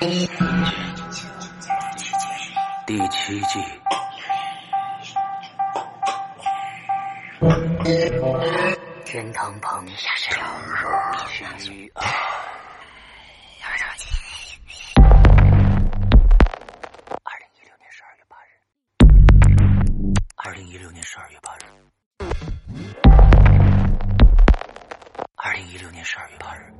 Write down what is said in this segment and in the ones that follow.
第7季。天堂旁2016年12月8日2016年12月8日2016年12月8日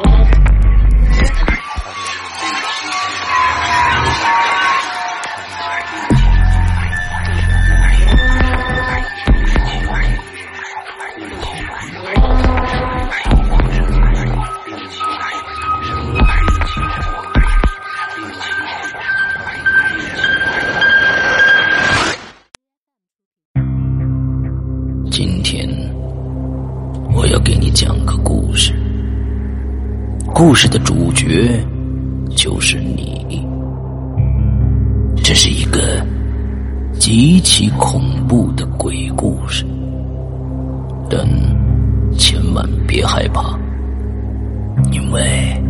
今天我要给你讲个故事，故事的主角就是你。这是一个极其恐怖的鬼故事，但千万别害怕，因为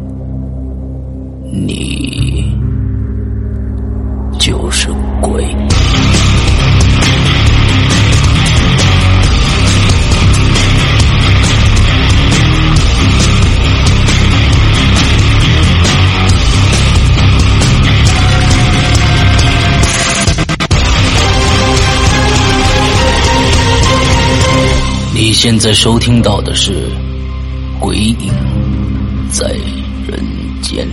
你就是鬼。你现在收听到的是《鬼影在人间》。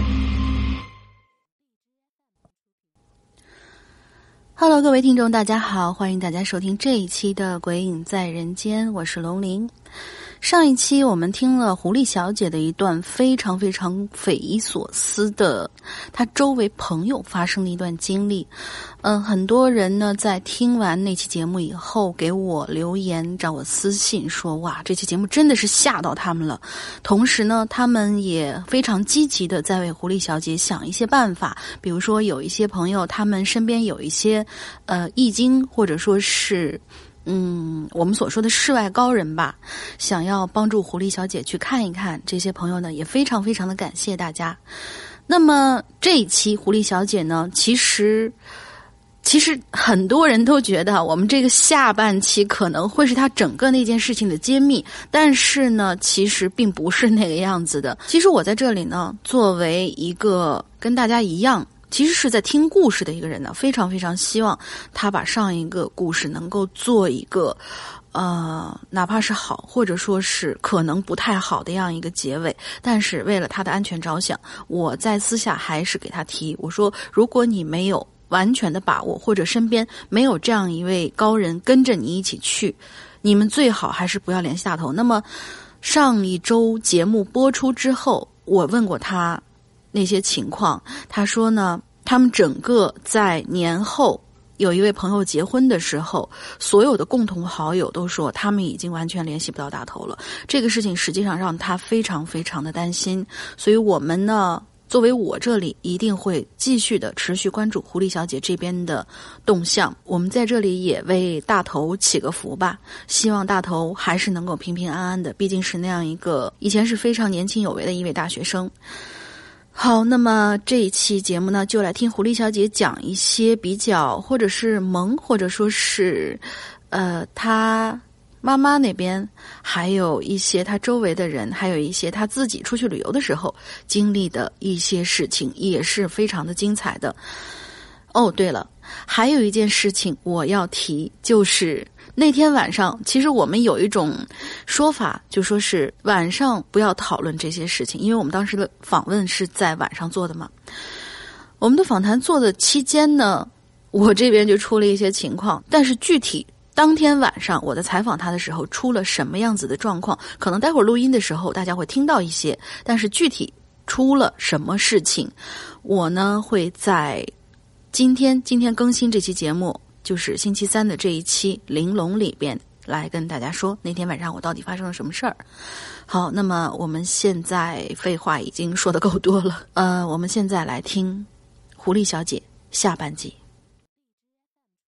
Hello， 各位听众，大家好，欢迎大家收听这一期的《鬼影在人间》，我是龙鳞。上一期我们听了狐狸小姐的一段非常非常匪夷所思的她周围朋友发生的一段经历。很多人呢在听完那期节目以后给我留言，找我私信说，哇，这期节目真的是吓到他们了。同时呢，他们也非常积极的在为狐狸小姐想一些办法，比如说有一些朋友他们身边有一些易经或者说是我们所说的世外高人吧，想要帮助狐狸小姐去看一看，这些朋友呢也非常非常的感谢大家。那么这一期狐狸小姐呢，其实很多人都觉得我们这个下半期可能会是她整个那件事情的揭秘，但是呢其实并不是那个样子的。其实我在这里呢，作为一个跟大家一样其实是在听故事的一个人呢，非常非常希望他把上一个故事能够做一个哪怕是好或者说是可能不太好的样一个结尾，但是为了他的安全着想，我在私下还是给他提，我说如果你没有完全的把握，或者身边没有这样一位高人跟着你一起去，你们最好还是不要联系大头。那么上一周节目播出之后，我问过他那些情况，他说呢，他们整个在年后有一位朋友结婚的时候，所有的共同好友都说他们已经完全联系不到大头了。这个事情实际上让他非常非常的担心，所以我们呢，作为我这里一定会继续的持续关注狐狸小姐这边的动向。我们在这里也为大头祈个福吧，希望大头还是能够平平安安的，毕竟是那样一个以前是非常年轻有为的一位大学生。好，那么这一期节目呢，就来听狐狸小姐讲一些比较或者是萌，或者说是她妈妈那边，还有一些她周围的人，还有一些她自己出去旅游的时候经历的一些事情，也是非常的精彩的。哦，对了，还有一件事情我要提，就是那天晚上，其实我们有一种说法，就说是晚上不要讨论这些事情，因为我们当时的访问是在晚上做的嘛。我们的访谈做的期间呢，我这边就出了一些情况，但是具体当天晚上我在采访他的时候出了什么样子的状况，可能待会儿录音的时候大家会听到一些，但是具体出了什么事情，我呢会在今天更新这期节目，就是星期三的这一期玲珑里边来跟大家说那天晚上我到底发生了什么事儿。好，那么我们现在废话已经说得够多了，我们现在来听狐狸小姐下半集。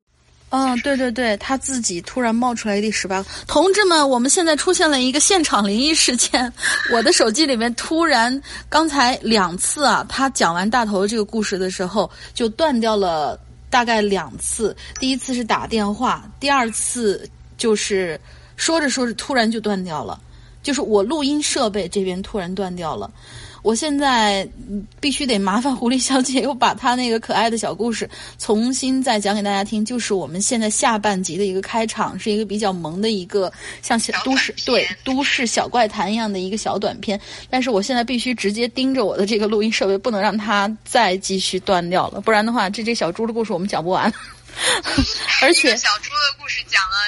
对对对，他自己突然冒出来第18个。同志们，我们现在出现了一个现场灵异事件，我的手机里面突然刚才2次啊，他讲完大头这个故事的时候就断掉了大概2次，第一次是打电话，第2次就是说着说着突然就断掉了，就是我录音设备这边突然断掉了。我现在必须得麻烦狐狸小姐又把她那个可爱的小故事重新再讲给大家听，就是我们现在下半集的一个开场，是一个比较萌的一个像都市小怪谈一样的一个小短片，但是我现在必须直接盯着我的这个录音设备，不能让它再继续断掉了，不然的话这小猪的故事我们讲不完。而且小猪的故事讲了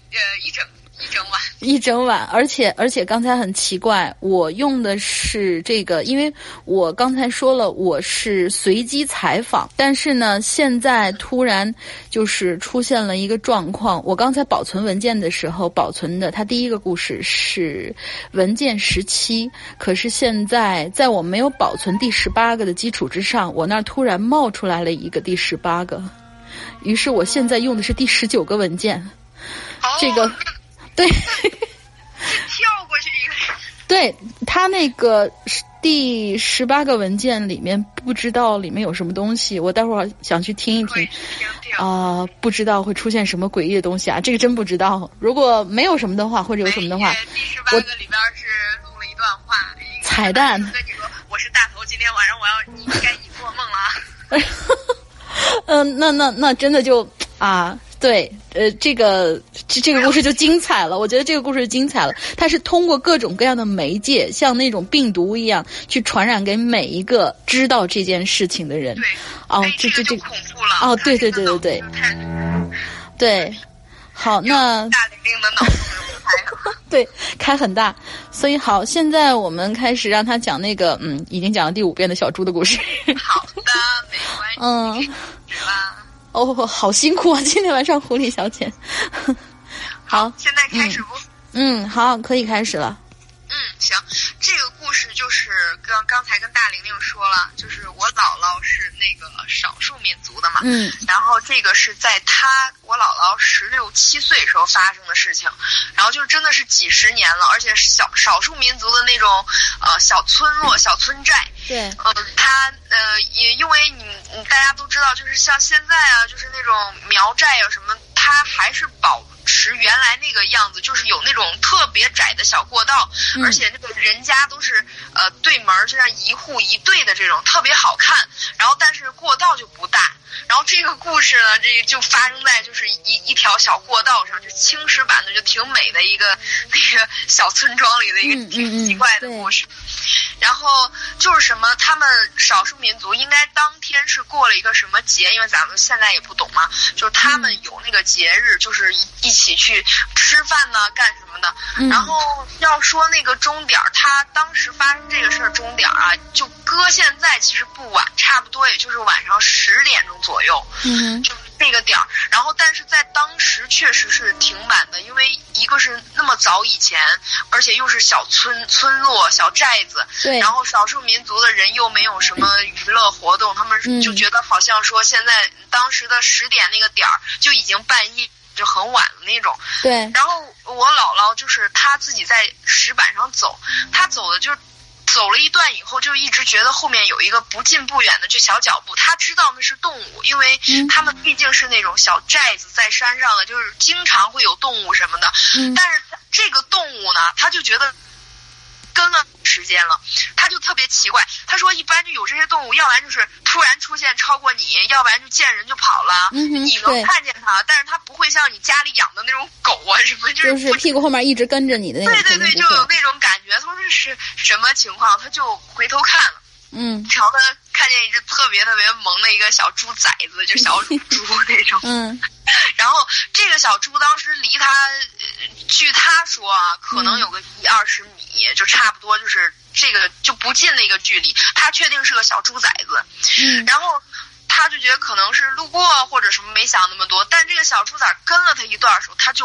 一整晚，而且刚才很奇怪，我用的是这个，因为我刚才说了我是随机采访，但是呢现在突然就是出现了一个状况，我刚才保存文件的时候保存的它第一个故事是文件17，可是现在在我没有保存第18个的基础之上，我那儿突然冒出来了一个第18个，于是我现在用的是第19个文件。这个对跳过去一个， 对，他那个第18个文件里面不知道里面有什么东西，我待会儿想去听一听不知道会出现什么诡异的东西啊，这个真不知道。如果没有什么的话，或者有什么的话， 第18个里边是录了一段话， 彩蛋跟你说我是大头，今天晚上你该做梦了。 那真的就对，这个故事就精彩了。我觉得这个故事精彩了，它是通过各种各样的媒介，像那种病毒一样，去传染给每一个知道这件事情的人。 对，这恐怖了。 对，对，好，那大玲玲的脑洞有开对，开很大。所以好，现在我们开始让他讲那个已经讲了第5遍的小猪的故事。 好的，没关系。 好辛苦啊！今天晚上狐狸小姐。好， 现在开始不？ 好，可以开始了。 行，这个故事就是刚才跟大玲玲说了，就是我姥姥是那个少数民族的嘛，然后这个是在我姥姥16、17岁时候发生的事情，然后就真的是几十年了，而且少数民族的那种小村落、小村寨， 对， 它也因为你大家都知道，就是像现在啊，就是那种苗寨啊什么，它还是保持原来那个样子，就是有那种特别窄的小过道，而且那个人家都是对门就像一户一对的这种，特别好看。然后但是过道就不大。然后这个故事呢，这就发生在就是一条小过道上，就青石板的，就挺美的一个那个小村庄里的一个挺奇怪的故事。然后就是什么，他们少数民族应该当天是过了一个什么节，因为咱们现在也不懂嘛，就是他们有那个节日，就是一起去吃饭呢，干什么的。然后要说那个钟点，他当时发生这个事儿钟点啊，就搁现在其实不晚，差不多也就是晚上10点钟左右，就这个点儿。然后但是在当时确实是挺晚的，因为一个是那么早以前，而且又是小村落小寨子， 对， 然后少数民族的人又没有什么娱乐活动，他们就觉得好像说现在当时的10点那个点儿就已经半夜，就很晚了那种。 对， 然后我姥姥就是她自己在石板上走，她走的就是走了一段以后，就一直觉得后面有一个不近不远的这小脚步，她知道那是动物，因为他们毕竟是那种小寨子在山上的，就是经常会有动物什么的。但是这个动物呢，她就觉得跟了时间了，他就特别奇怪。他说一般就有这些动物，要不然就是突然出现超过你，要不然就见人就跑了。你能看见它，但是它不会像你家里养的那种狗啊什么， 就是屁股后面一直跟着你的那种。 对，就有那种感觉。他说这是什么情况？他就回头看了。然后他看见一只特别特别萌的一个小猪崽子，就小猪那种。然后这个小猪当时离他，据他说啊，可能有个20米，就差不多就是这个就不近的一个距离。他确定是个小猪崽子。然后他就觉得可能是路过或者什么，没想那么多。但这个小猪崽跟了他一段的时候，他就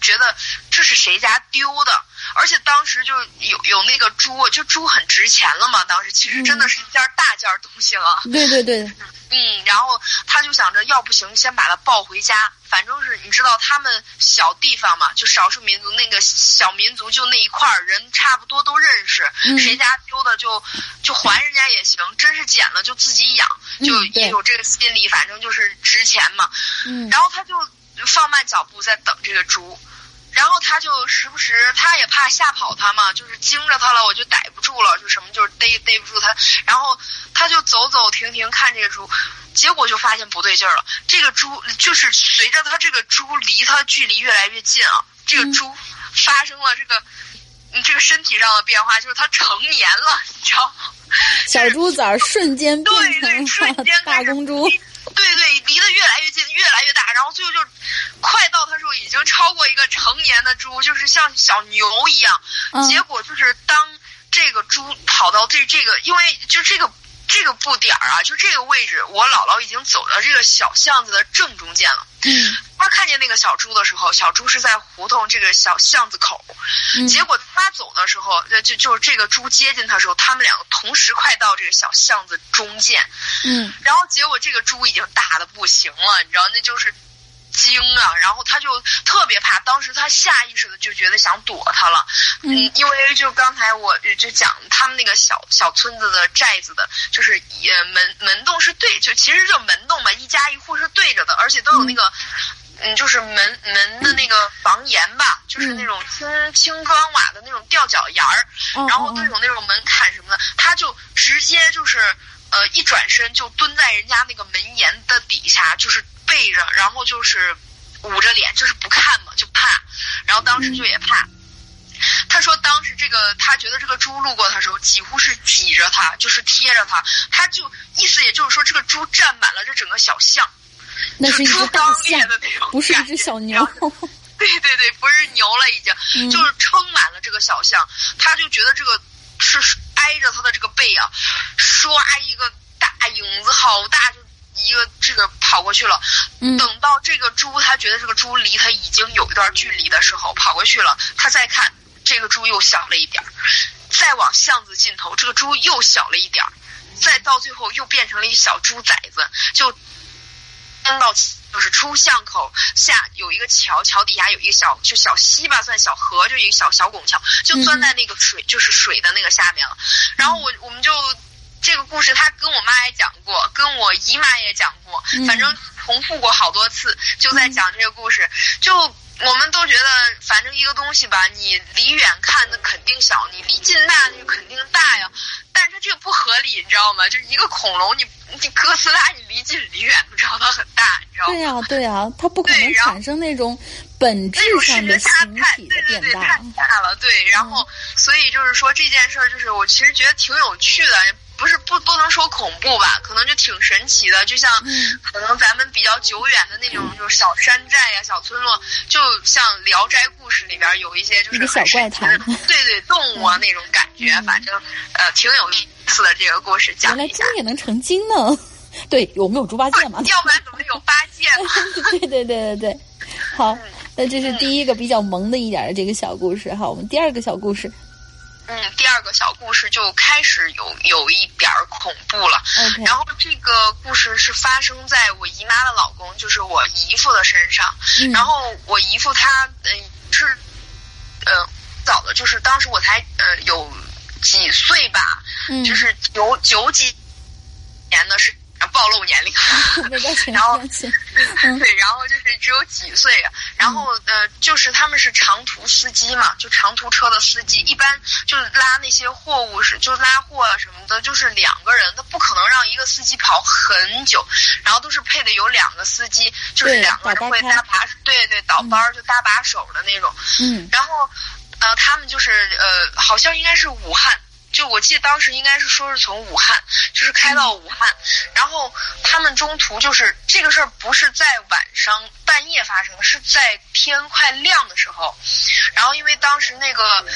觉得这是谁家丢的，而且当时就有那个猪，就猪很值钱了嘛，当时其实真的是一件大件东西了。 对对对。 然后他就想着要不行先把它抱回家，反正是你知道他们小地方嘛，就少数民族那个小民族就那一块人差不多都认识，谁家丢的就还人家也行，真是捡了就自己养，就也有这个心理，反正就是值钱嘛。然后他就放慢脚步在等这个猪。然后他就时不时，他也怕吓跑他嘛，就是惊着他了，我就逮不住了，就什么就是逮不住他。然后他就走走停停看这个猪，结果就发现不对劲儿了。这个猪就是随着他这个猪离他距离越来越近啊，这个猪发生了这个身体上的变化，就是它成年了，你知道吗？ 小猪崽瞬间变成了大公猪。 对，离得越来越近，越来越大，然后最后就快到他时候已经超过一个成年的猪，就是像小牛一样。结果就是当这个猪跑到这个，因为就这个布点啊，就这个位置，我姥姥已经走到这个小巷子的正中间了。他看见那个小猪的时候，小猪是在胡同这个小巷子口。结果他走的时候，就是这个猪接近他的时候，他们两个同时快到这个小巷子中间。然后结果这个猪已经大的不行了，你知道，那就是惊啊！然后他就特别怕，当时他下意识的就觉得想躲他了。因为就刚才我就讲他们那个小村子的寨子的，就是门洞是对，就其实就门洞嘛，一家一户是对着的，而且都有那个就是门的那个房檐吧，就是那种轻砖瓦的那种吊脚檐儿，然后都有那种门槛什么的，他就直接就是一转身就蹲在人家那个门檐的底下，就是背着，然后就是捂着脸，就是不看嘛，就怕。然后当时就也怕。他说当时他觉得这个猪路过他的时候几乎是挤着他，就是贴着他，他就意思也就是说这个猪占满了这整个小巷， 那是一只大象的那种， 不是一只小牛。 对，不是牛了已经，就是撑满了这个小巷。他就觉得这个是挨着他的这个背啊，唰一个大影子好大，就一个这个跑过去了。等到这个猪，他觉得这个猪离他已经有一段距离的时候，跑过去了，他再看这个猪又小了一点，再往巷子尽头，这个猪又小了一点，再到最后又变成了一小猪崽子，就到就是出巷口下有一个桥底下有一个小溪吧，算小河，就一个小拱桥，就钻在那个就是水的那个下面了。然后我们就这个故事，他跟我妈也讲过，跟我姨妈也讲过，反正重复过好多次，就在讲这个故事。就我们都觉得，反正一个东西吧，你离远看那肯定小，你离近大那就肯定大呀。但是它这个不合理，你知道吗？就是一个恐龙，你哥斯拉，你离近离远都知道它很大，你知道吗？ 对呀，它不可能产生那种本质上的形体的变大。 太大了，对。然后，所以就是说这件事儿，就是我其实觉得挺有趣的。不能说恐怖吧，可能就挺神奇的，就像可能咱们比较久远的那种就是小山寨呀、小村落，就像《聊斋故事》里边有一些就是小怪谈， 对动物啊那种感觉，反正挺有意思的这个故事讲一下。 原来猪也能成精呢？对，有没有猪八戒嘛？ 要不然怎么有八戒呢？对，好，那这是第一个比较萌的一点的这个小故事哈，我们第二个小故事。 第二个小故事就开始有一点恐怖了。然后这个故事是发生在我姨妈的老公，就是我姨父的身上。然后我姨父他是早的，就是当时我才有几岁吧，就是九几年的是。暴露年龄，然后对，然后就是只有几岁，然后就是他们是长途司机嘛，就长途车的司机，一般就拉那些货物就拉货什么的，就是两个人，他不可能让一个司机跑很久，然后都是配的有两个司机，就是两个人会搭把，对倒班就搭把手的那种，然后他们就是好像应该是武汉。就我记得当时应该是说是从武汉，就是开到武汉，然后他们中途就是这个事儿不是在晚上半夜发生，是在天快亮的时候，然后因为当时那个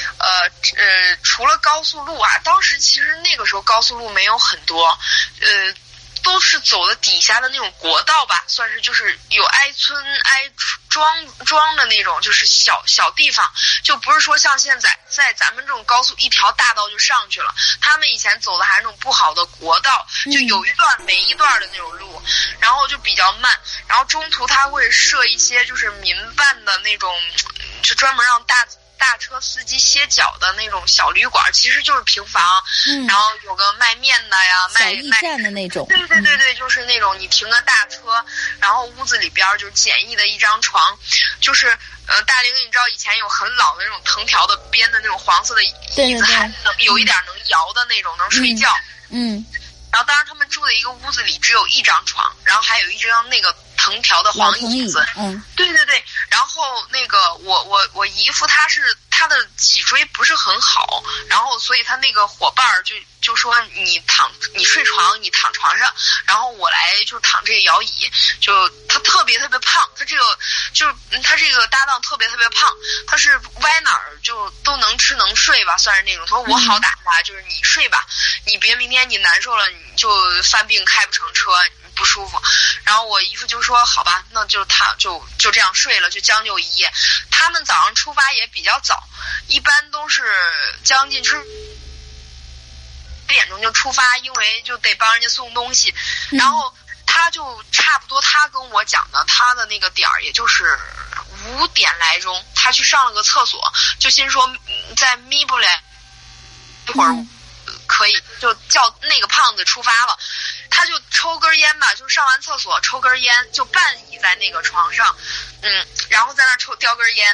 除了高速路啊，当时其实那个时候高速路没有很多， 都是走的底下的那种国道吧，算是就是有挨村挨庄的那种，就是小地方，就不是说像现在在咱们这种高速一条大道就上去了。他们以前走的还是那种不好的国道，就有一段没一段的那种路，然后就比较慢，然后中途他会设一些就是民办的那种，就专门让大车司机歇脚的那种小旅馆，其实就是平房，然后有个卖面的呀， 小驿站的那种。 对，就是那种你停个大车，然后屋子里边就简易的一张床，就是大玲，你知道以前有很老的那种藤条的编的那种黄色的椅子，还有一点能摇的那种，能睡觉。然后当时他们住的一个屋子里只有一张床，然后还有一张那个藤条的黄椅子。对，然后那个我姨夫他的脊椎不是很好，然后所以他那个伙伴就说你睡床，你躺床上，然后我来就躺这个摇椅。就他特别胖，他这个搭档特别胖，他是歪哪儿就都能吃能睡吧，算是那种。他说我好打发，就是你睡吧，你别明天你难受了你就犯病开不成车不舒服。然后我姨夫就说好吧，那就他就这样睡了，就将就一夜。他们早上出发也比较早，一般都是将近7点钟就出发，因为就得帮人家送东西。然后他就差不多，他跟我讲的他的那个点儿也就是5点来钟，他去上了个厕所，就心说再眯不来一会儿可以就叫那个胖子出发了。他就抽根烟吧，就是上完厕所抽根烟，就半倚在那个床上，然后在那叼根烟，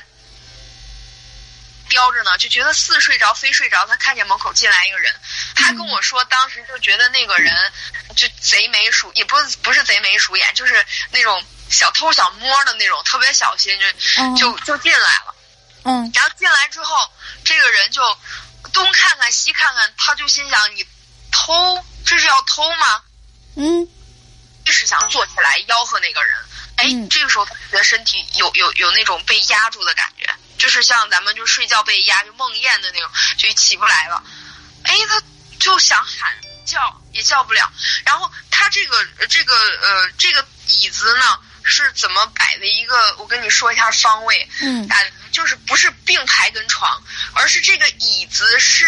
叼着呢，就觉得似睡着非睡着。他看见门口进来一个人，他跟我说当时就觉得那个人就贼眉鼠，也不是贼眉鼠眼，就是那种小偷小摸的那种，特别小心，就进来了。然后进来之后，这个人就东看看西看看，他就心想你偷，这是要偷吗？是想坐起来吆喝那个人。这个时候他觉得身体有那种被压住的感觉，就是像咱们就睡觉被压就梦魇的那种，就起不来了。他就想喊叫也叫不了。然后他这个椅子呢是怎么摆的一个，我跟你说一下方位。就是不是并排跟床，而是这个椅子是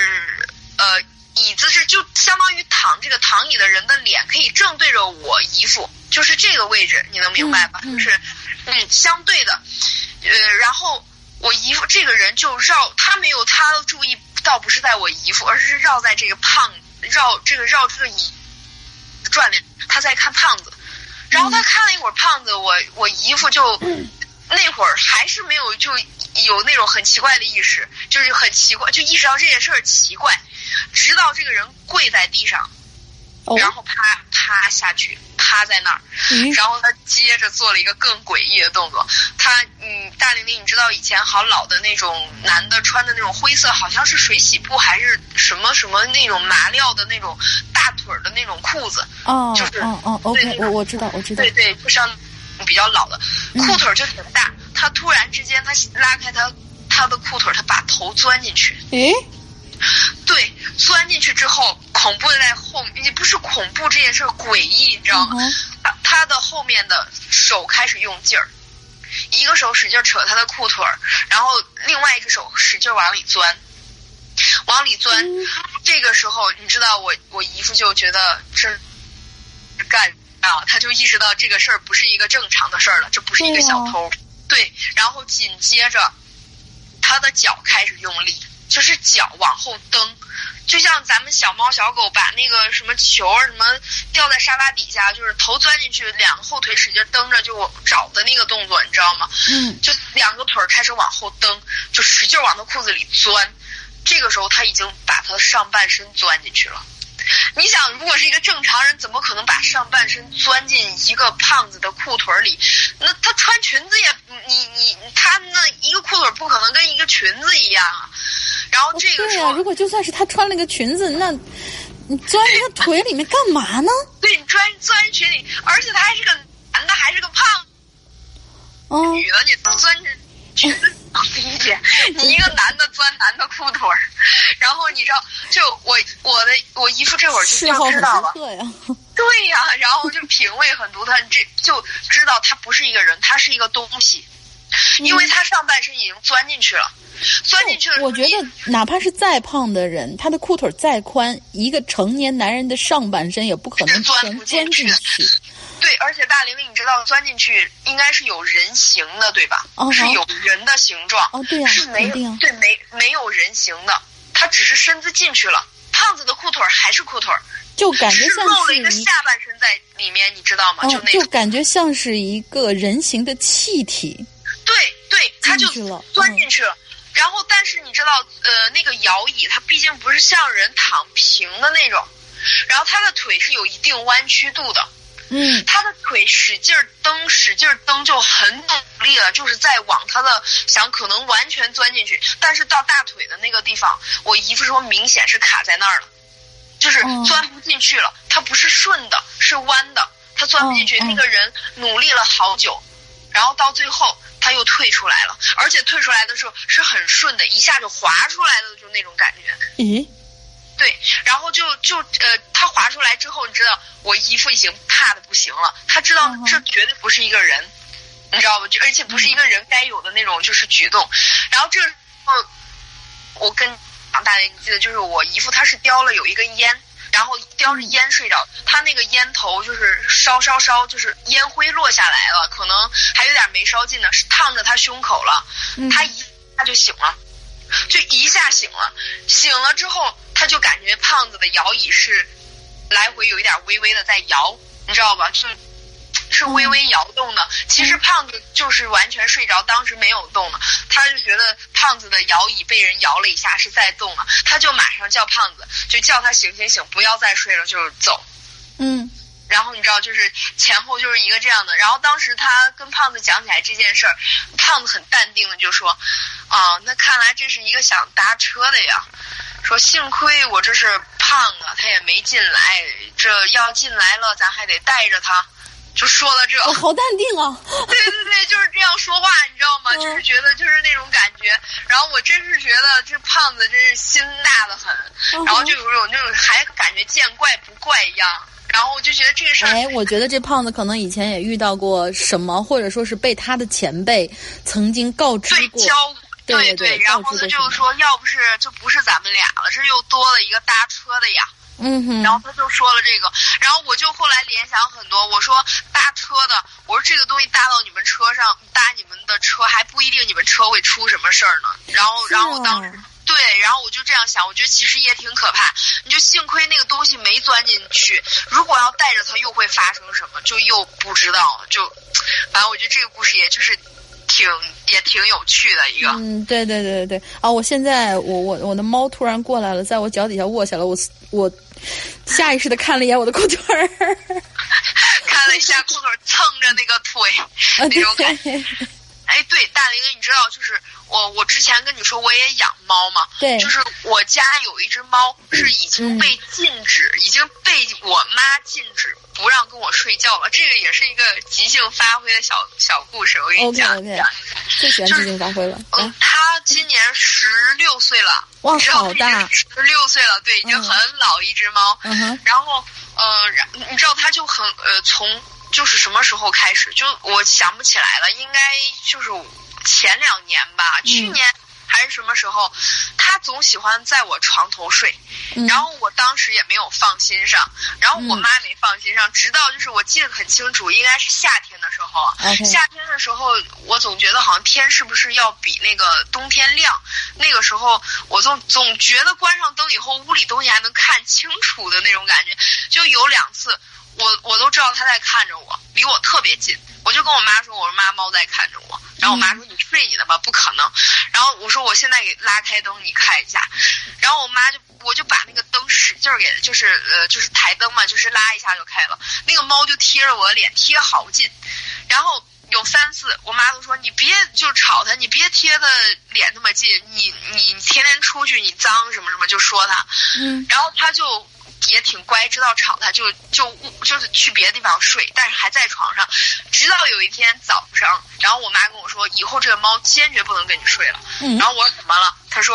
就相当于这个躺椅的人的脸可以正对着我姨夫，就是这个位置，你能明白吧？就是相对的。然后我姨夫这个人就他没有他的注意倒不是在我姨夫，而是绕在这个绕这个椅转脸，他在看胖子。然后他看了一会儿胖子，我姨夫就那会儿还是没有就有那种很奇怪的意识，就是很奇怪，就意识到这件事儿奇怪，直到这个人跪在地上，然后趴下去，趴在那儿，然后他接着做了一个更诡异的动作。大玲玲，你知道以前好老的那种男的穿的那种灰色，好像是水洗布还是什么那种麻料的那种大腿的那种裤子。就是 OK， 我知道。 对，就像比较老的裤腿就挺大。他突然之间他拉开他的裤腿，他把头钻进去。对，钻进去之后，恐怖的在后面，也不是恐怖这件事诡异，你知道吗？他的后面的手开始用劲儿，一个手使劲扯他的裤腿，然后另外一只手使劲往里钻。这个时候，你知道我姨夫就觉得这干啊，他就意识到这个事儿不是一个正常的事儿了，这不是一个小偷。对，然后紧接着他的脚开始用力，就是脚往后蹬，就像咱们小猫小狗把那个什么球什么掉在沙发底下，就是头钻进去，两个后腿使劲蹬着就找的那个动作，你知道吗？就两个腿开始往后蹬，就使劲往他裤子里钻。这个时候他已经把他的上半身钻进去了。你想，如果是一个正常人，怎么可能把上半身钻进一个胖子的裤腿里？那他穿裙子也，他那一个裤腿不可能跟一个裙子一样啊。然后这个时候， 如果就算是他穿了个裙子，那你钻他腿里面干嘛呢？ 对，你钻裙里，而且他还是个男的，还是个胖女的，你钻进裙子。理解，你一个男的钻男的裤腿，然后你知道，就我姨夫这会儿就知道了， 对呀，然后就品味很独特，这就知道它不是一个人，它是一个东西，因为它上半身已经钻进去了。钻进去了， 我觉得哪怕是再胖的人，他的裤腿再宽，一个成年男人的上半身也不可能钻不进去。对，而且大玲玲，你知道钻进去应该是有人形的，对吧？是有人的形状。 对呀， 是没有，对，没有人形的，他只是身子进去了。胖子的裤腿还是裤腿， 就感觉像是露了一个下半身在里面，你知道吗？ 就感觉像是一个人形的气体。 对，他就钻进去了。然后，但是你知道，那个摇椅它毕竟不是像人躺平的那种，然后他的腿是有一定弯曲度的。他的腿使劲蹬就很努力了，就是在往他的想可能完全钻进去，但是到大腿的那个地方，我姨夫说明显是卡在那儿了，就是钻不进去了。他不是顺的，是弯的，他钻不进去。那个人努力了好久，然后到最后他又退出来了，而且退出来的时候是很顺的，一下就滑出来的，就那种感觉。对，然后他滑出来之后，你知道我姨父已经怕的不行了，他知道这绝对不是一个人，你知道吧？而且不是一个人该有的那种就是举动。然后这时候我跟大家记得，就是我姨父他是叼了有一根烟，然后叼着烟睡着，他那个烟头就是烧，就是烟灰落下来了，可能还有点没烧尽呢，是烫着他胸口了，他一下就醒了。就一下醒了之后，他就感觉胖子的摇椅是来回有一点微微的在摇，你知道吧？是微微摇动的。其实胖子就是完全睡着，当时没有动的，他就觉得胖子的摇椅被人摇了一下是在动了，他就马上叫胖子，就叫他醒，不要再睡了，就是走。然后你知道，就是前后就是一个这样的。然后当时他跟胖子讲起来这件事儿，胖子很淡定的就说：“那看来这是一个想搭车的呀。说幸亏我这是胖啊，他也没进来，这要进来了，咱还得带着他。”就说了这， 好淡定啊！ 对，就是这样说话，你知道吗？就是觉得就是那种感觉。然后我真是觉得这胖子真是心大的很，然后就有种那种还感觉见怪不怪一样。然后我就觉得这个事儿， 我觉得这胖子可能以前也遇到过什么，或者说是被他的前辈曾经告知过。对， 然后他就说，要不是就不是咱们俩了，这又多了一个搭车的呀。然后他就说了这个，然后我就后来联想很多，我说搭车的，我说这个东西搭到你们车上，搭你们的车还不一定你们车会出什么事儿呢。然后我当时。对，然后我就这样想，我觉得其实也挺可怕。你就幸亏那个东西没钻进去，如果要带着它，又会发生什么，就又不知道。就，反正我觉得这个故事也就是也挺有趣的一个。 对啊！我现在我的猫突然过来了，在我脚底下卧下了，我下意识的看了一眼我的裤腿儿， 看了一下裤腿蹭着那个腿，那种感觉。对，大玲玲，你知道，就是我之前跟你说我也养猫嘛， 对， 就是我家有一只猫是已经被禁止，已经被我妈禁止不让跟我睡觉了。这个也是一个即兴发挥的小故事，我跟你讲。 OK， 最喜欢即兴发挥了。 它今年16岁了， 哇，好大 ，16岁了，对，已经很老一只猫。然后你知道它就很从。就是什么时候开始？就我想不起来了，应该就是前2年吧，去年还是什么时候，他总喜欢在我床头睡，然后我当时也没有放心上，然后我妈没放心上，直到就是我记得很清楚，应该是夏天的时候，夏天的时候我总觉得好像天是不是要比那个冬天亮，那个时候我总觉得关上灯以后屋里东西还能看清楚的那种感觉，就有2次。我都知道他在看着我，离我特别近，我就跟我妈说，我说妈，猫在看着我，然后我妈说你睡你的吧，不可能，然后我说我现在给拉开灯你看一下，然后我就把那个灯使劲给就是台灯嘛，就是拉一下就开了，那个猫就贴着我的脸贴好近，然后有3次我妈都说你别就吵它，你别贴的脸那么近，你天天出去你脏什么什么就说它，然后它就也挺乖，知道吵他就是去别的地方睡，但是还在床上，直到有一天早上，然后我妈跟我说，以后这个猫坚决不能跟你睡了。然后我说怎么了？她说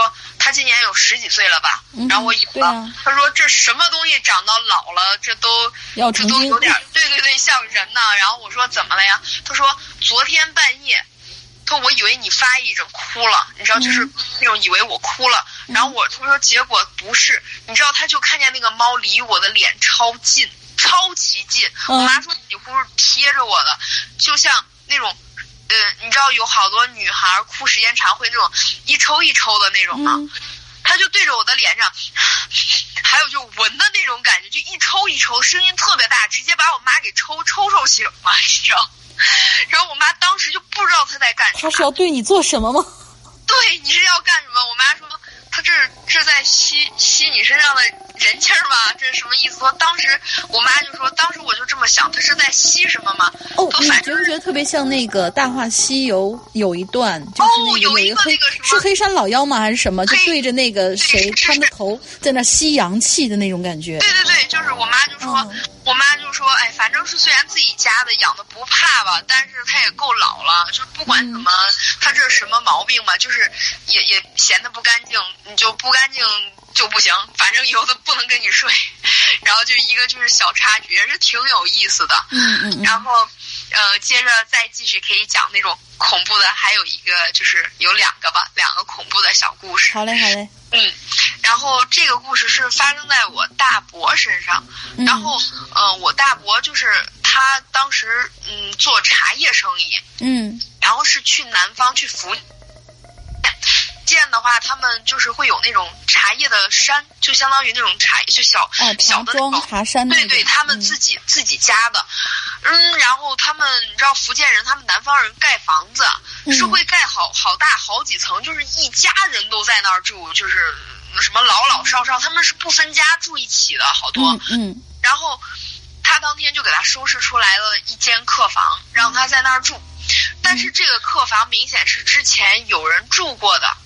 他今年有10几岁了吧，然后我有了，他说这什么东西长到老了，这都有点对像人呢。然后我说怎么了呀？他说昨天半夜，他说我以为你发癔症哭了，你知道，就是那种以为我哭了。然后他说结果不是，你知道，他就看见那个猫离我的脸超级近，我妈说几乎是贴着我的，就像那种你知道有好多女孩哭时间长会那种一抽一抽的那种吗？他就对着我的脸上，还有就闻的那种感觉，就一抽一抽，声音特别大，直接把我妈给抽醒了，你知道。然后我妈当时就不知道她在干什么。 她是要对你做什么吗？ 对，你是要干什么？我妈说她这在吸你身上的人气儿吗？这是什么意思？说当时我妈就说，当时我就这么想，她是在吸什么吗？ 你觉不觉得特别像那个《大话西游》有一段，就是有一个是黑山老妖吗？还是什么？就对着那个谁他的头在那吸阳气的那种感觉。 对，就是我妈就说，哎，反正是虽然自己家的养的不怕吧，但是他也够老了，就不管怎么，他这是什么毛病吧，就是也嫌他不干净，你就不干净就不行，反正以后他不能跟你睡。然后就一个就是小插曲，也是挺有意思的。然后接着再继续可以讲那种恐怖的，还有一个就是有两个恐怖的小故事。 好嘞。 然后这个故事是发生在我大伯身上，然后我大伯就是他当时做茶叶生意，然后是去南方去福建的话，他们就是会有那种茶叶的山，就相当于那种茶叶，就小的那种茶山。 对，他们自己家的。然后他们你知道福建人，他们南方人盖房子是会盖好大好几层，就是一家人都在那儿住，就是什么老少他们是不分家住一起的好多。然后他当天就给他收拾出来了一间客房，让他在那儿住。但是这个客房明显是之前有人住过的，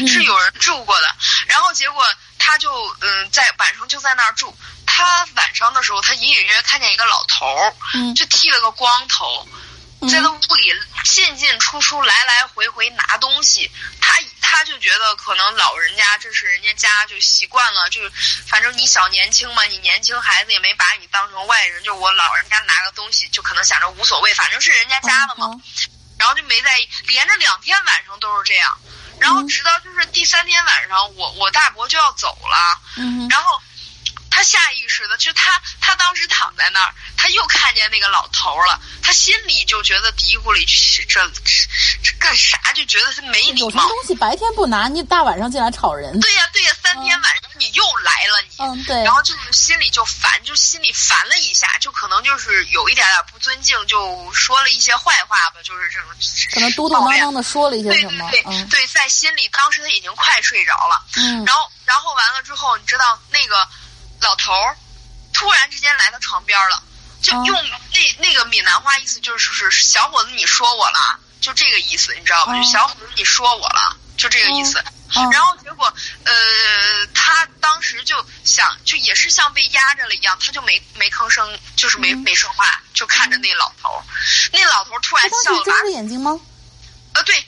然后结果他就在晚上就在那儿住。他晚上的时候，他隐隐约看见一个老头就剃了个光头，在他屋里进出来回拿东西。他就觉得可能老人家这是人家家就习惯了，就反正你小年轻嘛，你年轻孩子也没把你当成外人，就我老人家拿个东西就可能想着无所谓，反正是人家家的嘛。然后就没在意，连着2天晚上都是这样。然后直到就是第3天晚上，我大伯就要走了，然后他下意识的，就他当时躺在那儿，他又看见那个老头了，他心里就觉得嘀咕了一句，这干啥？就觉得他没礼貌。 有什么东西白天不拿，你大晚上进来吵人？ 对呀，3天晚上你又来了你。 对。 然后就是心里就烦，就心里烦了一下，就可能就是有一点不尊敬，就说了一些坏话吧，就是这种。 可能嘟嘟囔囔的说了一些什么。 对，在心里当时他已经快睡着了。然后完了之后，你知道那个老头突然之间来到床边了，就用那个闽南话意思就是小伙子你说我了，就这个意思，你知道吧？就小伙子你说我了，就这个意思。然后结果他当时就想，就也是像被压着了一样，他就没吭声，就是没说话，就看着那老头。那老头突然笑了。他当时睁着眼睛吗？ 对。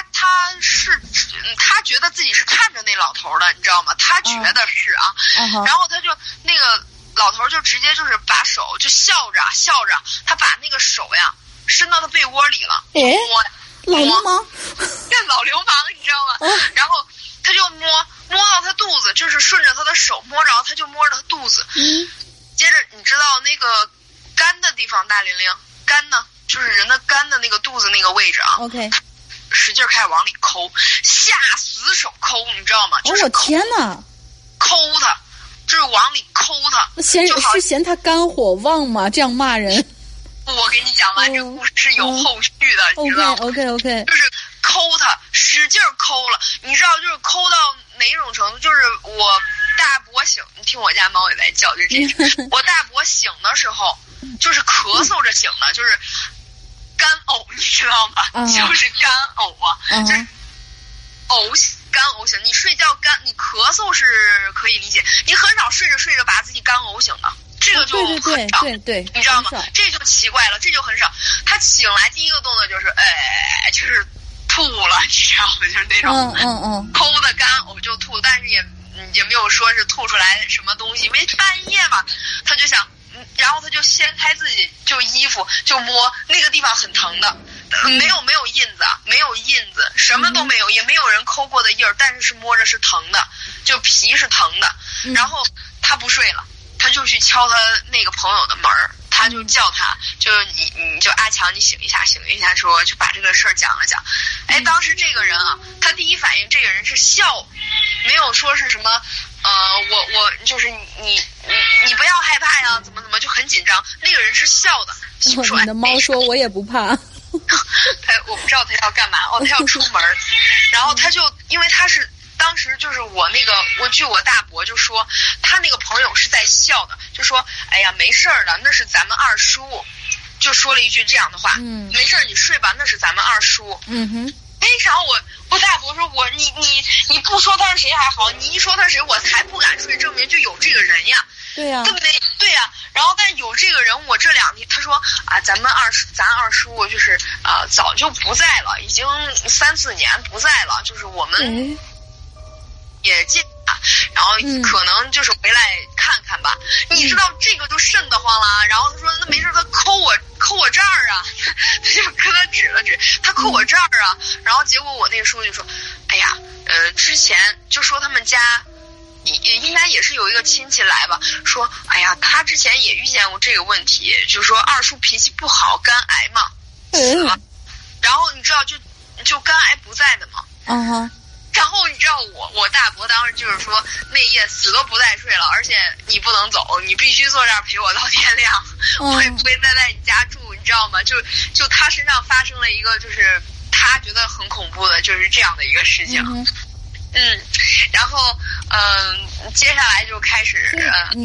他觉得自己是看着那老头的，你知道吗？他觉得是啊。然后他就那个老头就直接就是把手就笑着，他把那个手呀伸到他被窝里了， 老流氓， 这老流氓你知道吗？然后他就摸到他肚子，就是顺着他的手摸着，他就摸着他肚子。接着你知道那个肝的地方，大玲玲，肝呢就是人的肝的那个肚子那个位置啊。 OK。 使劲开始往里抠，下死手抠，你知道吗？就是我天哪！ 抠他，就是往里抠他。 是嫌他肝火旺吗？这样骂人？ 我给你讲完这故事是有后续的，你知道吗 ？OK。 就是抠他，使劲抠了，你知道就是抠到哪种程度？就是我大伯醒，你听我家猫也在叫，就这种。我大伯醒的时候，就是咳嗽着醒的，就是。干呕，你知道吗？就是干呕啊，就是干呕醒。你睡觉你咳嗽是可以理解，你很少睡着把自己干呕醒的，这个就很少。 对， 你知道吗？这就奇怪了，这就很少。他醒来第一个动作就是就是吐了，你知道吗？就是那种抠的干呕就吐，但也没有说是吐出来什么东西，因为半夜嘛，他就想，然后他就掀开自己就衣服就摸那个地方很疼的，没有印子，没有印子，什么都没有，也没有人抠过的印儿，但是摸着是疼的，就皮是疼的。然后他不睡了，他就去敲他那个朋友的门儿，他就叫他，就你就阿强，你醒一下，说就把这个事儿讲了讲。哎，当时这个人啊，他第一反应这个人是笑，没有说是什么。我就是你不要害怕呀，怎么就很紧张。那个人是笑的，说你的猫说我也不怕。 我不知道他要干嘛他要出门，然后他就因为他是当时就是我据我大伯就说他那个朋友是在笑的，就说哎呀没事儿的，那是咱们二叔，就说了一句这样的话，没事儿你睡吧，那是咱们二叔。然后我大伯说你不说他是谁还好，你一说他是谁我才不敢睡，证明就有这个人呀， 对呀， 对不对？对呀。然后但有这个人，我这2天他说啊，咱二叔就是早就不在了，已经3-4年不在了，就是我们也见然后可能就是回来看看吧。你知道这个就瘆得慌了。然后他说那没事，他抠我这儿啊，他就跟他指了指，他抠我这儿啊。然后结果我那个叔叔就说，哎呀，之前就说他们家应该也是有一个亲戚来吧，说哎呀，他之前也遇见过这个问题，就是说二叔脾气不好，肝癌嘛，然后你知道就肝癌不在的嘛，然后你知道我大伯当时就是说那夜死都不再睡了，而且你不能走，你必须坐这儿陪我到天亮，我也不会再在你家住，你知道吗？就他身上发生了一个就是他觉得很恐怖的，就是这样的一个事情。然后接下来就开始你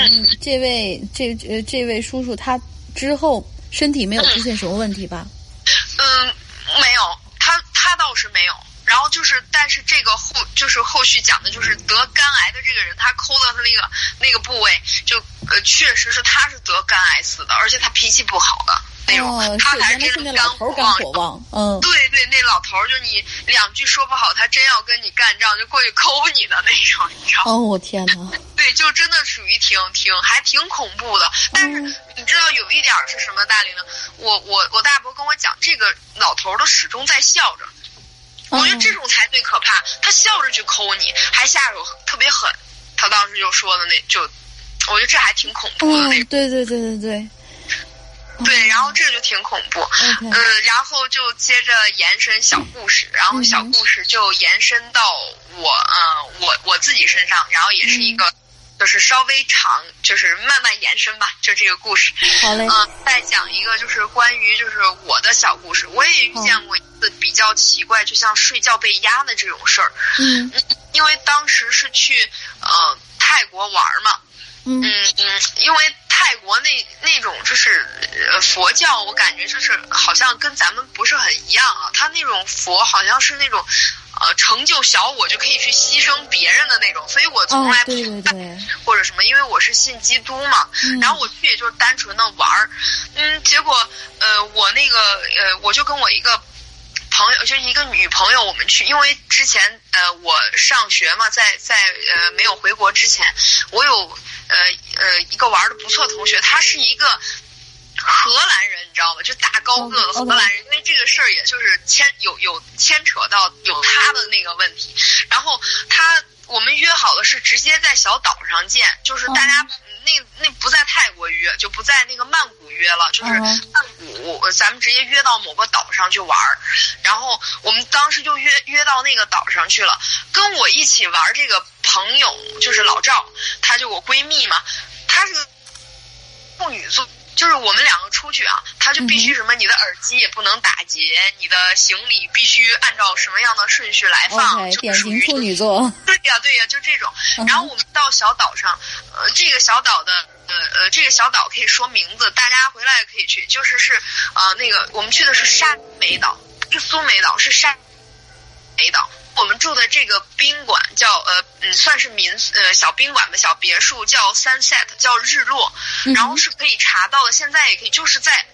这位叔叔他之后身体没有出现什么问题吧？ 没有，他倒是没有。然后就是，但是这个后续讲的就是得肝癌的这个人，他抠到他那个部位，就确实是他是得肝癌死的，而且他脾气不好的那种，他还是那种肝火旺。对，那老头就你2句说不好，他真要跟你干仗，就过去抠你的那种，你知道吗？ 我天哪！ 对，就真的属于还挺恐怖的。但是你知道有一点是什么，大林呢？我大伯跟我讲，这个老头都始终在笑着。我觉得这种才最可怕，他笑着去抠你，还下手特别狠。他当时就说的我觉得这还挺恐怖的那种。对，然后这就挺恐怖。然后就接着延伸小故事，然后小故事就延伸到我自己身上，然后也是一个就是稍微长，就是慢慢延伸吧，就这个故事。 好嘞。 再讲一个就是关于就是我的小故事，我也遇见过一次比较奇怪，就像睡觉被压的这种事儿。因为当时是去泰国玩嘛。因为泰国那种就是佛教，我感觉就是好像跟咱们不是很一样啊。他那种佛好像是那种成就小我就可以去牺牲别人的那种，所以我从来不去或者什么，因为我是信基督嘛。然后我去也就是单纯的玩儿。结果我就跟我一个朋友，就是一个女朋友，我们去，因为之前我上学嘛，在没有回国之前，我有一个玩的不错的同学，他是一个荷兰人，你知道吗？就大高个的荷兰人。因为这个事儿也就是有牵扯到有他的那个问题，然后我们约好的是直接在小岛上见，就是大家那不在泰国约，就不在那个曼谷约了，就是曼谷咱们直接约到某个岛上去玩。然后我们当时就约到那个岛上去了，跟我一起玩这个朋友就是老赵，她就我闺蜜嘛，她是处女座。就是我们2个出去啊，他就必须什么，你的耳机也不能打结，你的行李必须按照什么样的顺序来放， 典型处女座。 对呀，就这种。然后我们到小岛上，这个小岛的这个小岛可以说名字，大家回来可以去，就是那个我们去的是沙美岛，不是苏梅岛，是沙美岛。我们住的这个宾馆叫算是小宾馆吧，小别墅，叫 Sunset， 叫日落，然后是可以查到的，现在也可以，就是在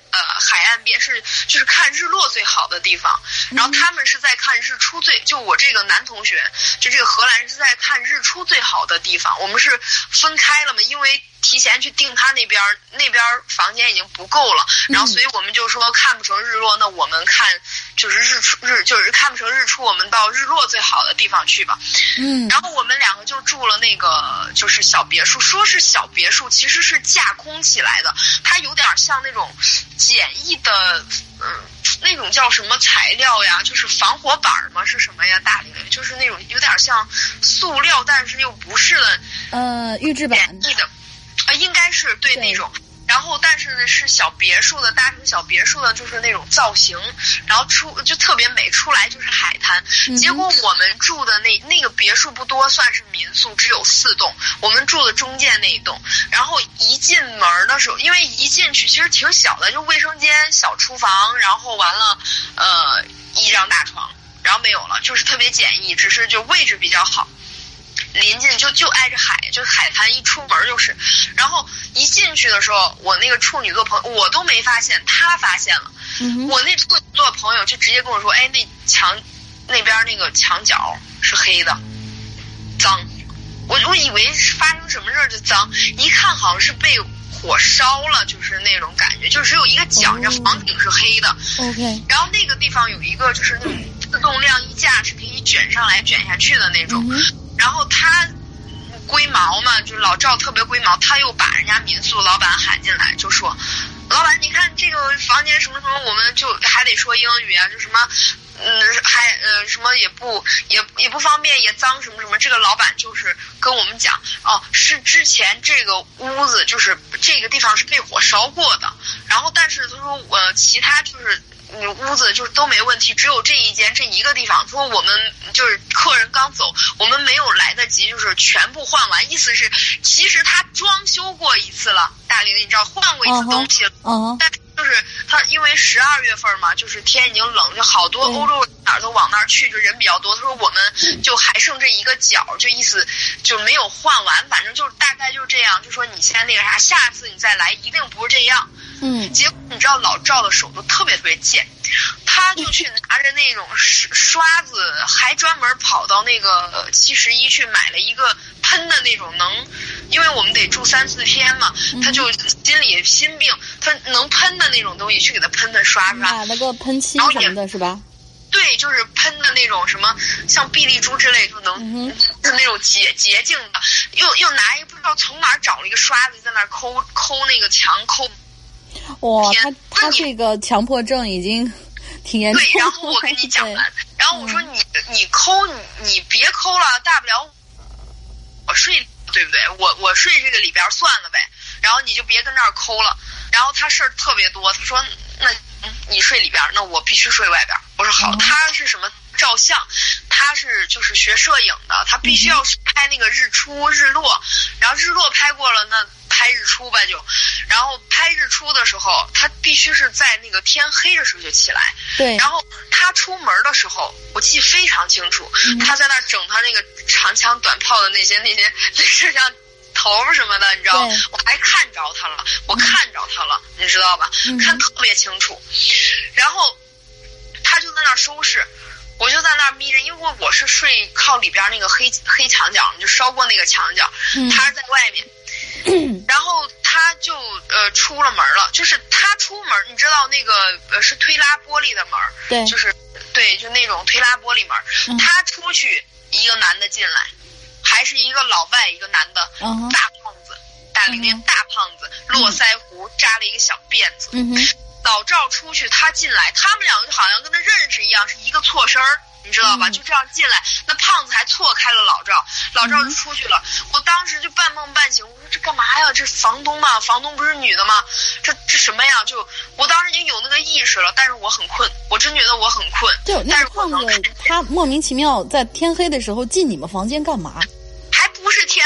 海岸边，就是看日落最好的地方，然后他们是在看日出就我这个男同学，就这个荷兰人是在看日出最好的地方。我们是分开了嘛，因为提前去订他那边房间已经不够了，然后所以我们就说看不成日落，那我们看就是就是看不成日出，我们到日落最好的地方去吧。然后我们两个就住了那个就是小别墅，说是小别墅，其实是架空起来的，它有点像那种简易的那种叫什么材料呀，就是防火板吗？是什么呀？大理就是那种有点像塑料，但是又不是的， 预制板简易的。应该是对那种，然后但是呢是小别墅的，搭成小别墅的，就是那种造型，然后就特别美，出来就是海滩。结果我们住的那个别墅不多，算是民宿，只有4栋，我们住的中间那一栋。然后一进门的时候，因为一进去其实挺小的，就卫生间、小厨房，然后完了一张大床，然后没有了，就是特别简易，只是就位置比较好。临近就挨着海，就是海滩，一出门就是。然后一进去的时候，我那个处女座朋友我都没发现，他发现了。我那处女座朋友就直接跟我说：“哎，那墙那边那个墙角是黑的，脏。”我以为发生什么事就脏，一看好像是被火烧了，就是那种感觉，就只有一个角，这房顶是黑的。 OK。 然后那个地方有一个就是那种自动晾衣架，是可以卷上来卷下去的那种。然后他龟毛嘛，就老赵特别龟毛，他又把人家民宿老板喊进来，就说：“老板，你看这个房间什么什么，我们就还得说英语啊，就什么，什么也不方便，也脏什么什么。”这个老板就是跟我们讲，是之前这个屋子就是这个地方是被火烧过的，然后但是他说其他就是屋子就是都没问题，只有这一个地方，说我们就是客人刚走，我们没有来得及就是全部换完，意思是其实他装修过一次了，大林你知道换过一次东西了，但就是他因为12月份嘛，就是天已经冷，就好多欧洲哪儿都往那儿去，就人比较多。他说我们就还剩这一个角，就意思就没有换完，反正就大概就是这样。就说你先那个啥，下次你再来一定不是这样。结果你知道老赵的手都特别特别贱，他就去拿着那种刷子，还专门跑到那个71去买了一个喷的那种因为我们得住3-4天嘛，他就心里心病，他能喷的那种东西去给他喷刷， 买了个喷漆什么的是吧？ 对，就是喷的那种什么像碧丽珠之类，就能是那种洁净的，又拿一个不知道从哪儿找了一个刷子在那儿抠那个墙抠。 哇，他这个强迫症已经挺严重。 对，然后我跟你讲完，然后我说你抠你别抠了，大不了我睡，对不对？我睡这个里边算了呗，然后你就别跟这儿抠了。然后他事儿特别多，他说那你睡里边，那我必须睡外边。我说好，他是什么照相，他是就是学摄影的，他必须要拍那个日出日落，然后日落拍过了，那拍日出吧就，然后拍日出的时候，他必须是在那个天黑的时候就起来。 对。 然后他出门的时候，我记非常清楚，他在那整他那个长枪短炮的那些摄像头什么的，你知道，我还看着他了，你知道吧？看特别清楚。然后他就在那收拾，我就在那眯着，因为我是睡靠里边那个黑墙角，就烧过那个墙角，他是在外面。然后他就出了门了，就是他出门，你知道那个是推拉玻璃的门， 对， 就是对，就那种推拉玻璃门。他出去，一个男的进来，还是一个老外，一个男的，大胖子，大龄那大胖子，络腮胡，扎了一个小辫子。老赵出去，他进来，他们两个就好像跟他认识一样，是一个错身儿。你知道吧？就这样进来，那胖子还错开了老赵就出去了。我当时就半梦半醒，我说这干嘛呀？这房东嘛，房东不是女的吗？这什么呀？就我当时已经有那个意识了，但是我很困，我真觉得我很困。 对，那个胖子他莫名其妙在天黑的时候进你们房间干嘛？ 还不是天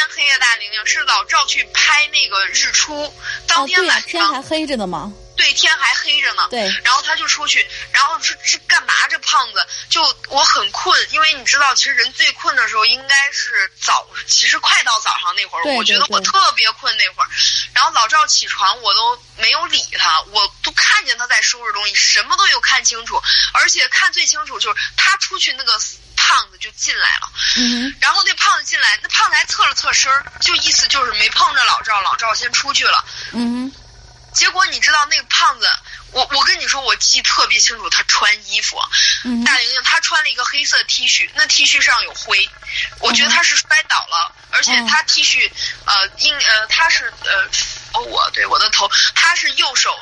黑呀，大玲玲，是老赵去拍那个日出，当天晚上天还黑着呢吗？ 对，天还黑着呢。 对， 然后他就出去，然后说这干嘛？这胖子就我很困，因为你知道，其实人最困的时候应该是其实快到早上那会儿，我觉得我特别困那会儿。然后老赵起床，我都没有理他，我都看见他在收拾东西，什么都有看清楚，而且看最清楚就是他出去那个胖子就进来了。然后那胖子进来，那胖子还侧了侧身，就意思就是没碰着老赵，老赵先出去了。结果你知道那个胖子，我跟你说，我记特别清楚，他穿衣服，大玲玲他穿了一个黑色 T 恤，那 T 恤上有灰，我觉得他是摔倒了，而且他 T 恤他是我的头，他是右手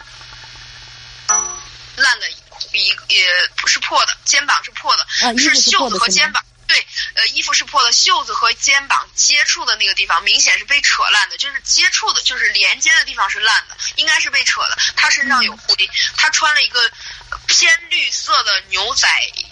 烂了也不是破的，肩膀是破的，是袖子和肩膀。对，衣服是破的，袖子和肩膀接触的那个地方明显是被扯烂的，就是接触的，就是连接的地方是烂的，应该是被扯的。他身上有灰，他穿了一个偏绿色的牛仔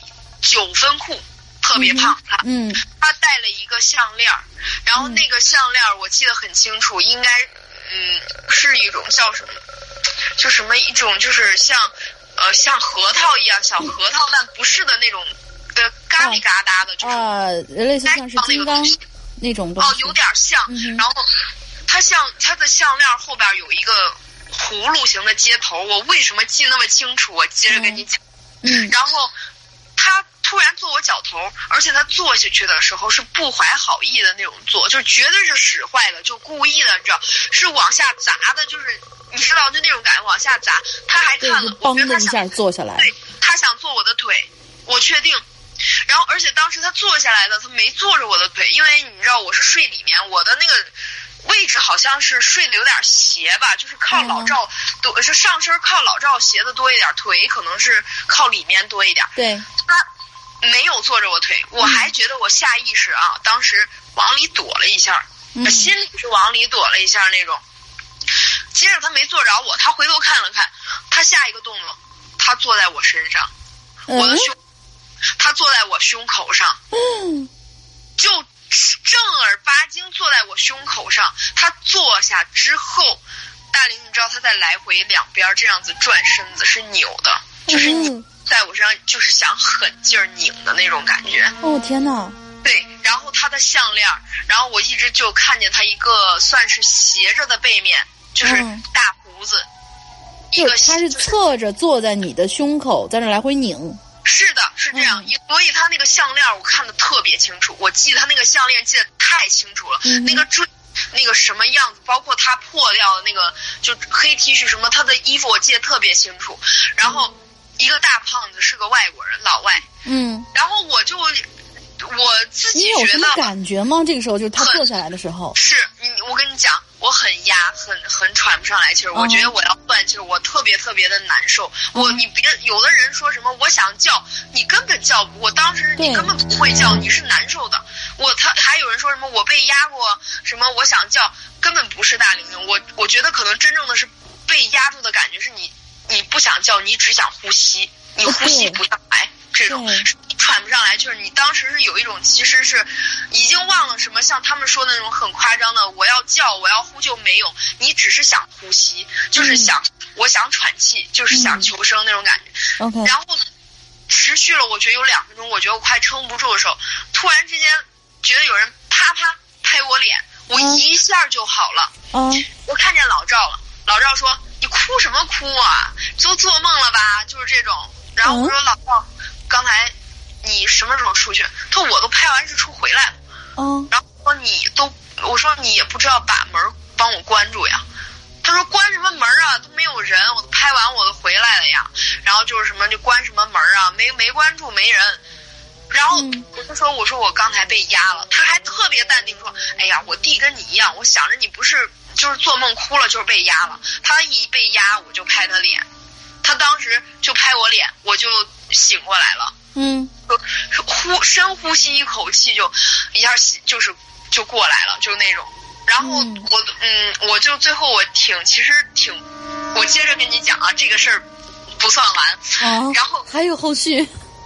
9分裤，特别胖。他戴了一个项链，然后那个项链我记得很清楚，应该是一种叫什么，就什么一种就是像核桃一样小核桃，但不是的那种。嘎里嘎达的，就是类似像是金刚那种东西。 有点像。然后它的项链后边有一个葫芦形的接头，我为什么记那么清楚？我接着跟你讲。然后他突然坐我脚头，而且他坐下去的时候是不怀好意的那种坐，就绝对是使坏的，就故意的，你知道，是往下砸的，就是你知道就那种感觉往下砸。他还看了，我觉得他想坐下来， 对，他想坐我的腿，我确定。然后而且当时他坐下来的，他没坐着我的腿，因为你知道我是睡里面，我的那个位置好像是睡得有点斜吧，就是靠老赵多，是上身靠老赵斜的多一点，腿可能是靠里面多一点。 对， 他没有坐着我腿，我还觉得我下意识啊，当时往里躲了一下，心里是往里躲了一下那种。接着他没坐着我，他回头看了看，他下一个动作，他坐在我身上，我的胸。他坐在我胸口上，就正儿八经坐在我胸口上。他坐下之后，大玲，你知道他在来回两边这样子转身子是扭的，就是你在我身上就是想狠劲儿拧的那种感觉。 天哪！ 对，然后他的项链，然后我一直就看见他一个算是斜着的背面，就是大胡子。 就他是侧着坐在你的胸口，在那来回拧。 是的，是这样，所以他那个项链我看得特别清楚，我记得他那个项链记得太清楚了，那个那个什么样子，包括他破掉的那个就黑 T 恤什么，他的衣服我记得特别清楚。然后一个大胖子是个外国人，老外。然后我自己觉得， 你有什么感觉吗？这个时候就是他坐下来的时候， 我跟你讲，我很压，很喘不上来气儿。我觉得我要断气儿，我特别特别的难受。你别有的人说什么我想叫，你根本叫不，我当时你根本不会叫，你是难受的。他还有人说什么我被压过，什么我想叫，根本不是大玲玲。我觉得可能真正的是被压住的感觉是你不想叫，你只想呼吸，你呼吸不上来。这种你喘不上来，就是你当时是有一种其实是已经忘了什么，像他们说的那种很夸张的我要叫我要呼救没有，你只是想呼吸，就是我想喘气，就是想求生那种感觉。然后持续了我觉得有2分钟，我觉得我快撑不住的时候，突然之间觉得有人啪啪拍我脸，我一下就好了。我看见老赵了，老赵说你哭什么哭啊，都做梦了吧，就是这种。然后我说老赵，刚才你什么时候出去？他说我都拍完日出回来了。然后我说你也不知道把门帮我关住呀。他说关什么门啊，都没有人，我都拍完我都回来了呀。然后就是什么就关什么门啊，没关住没人。然后我说我刚才被压了，他还特别淡定说，哎呀我弟跟你一样，我想着你不是就是做梦哭了就是被压了。他一被压我就拍他脸，他当时就拍我脸，我就醒过来了。深呼吸一口气，就一下就过来了，就那种。然后我就最后我我接着跟你讲啊，这个事儿不算完。然后还有后续。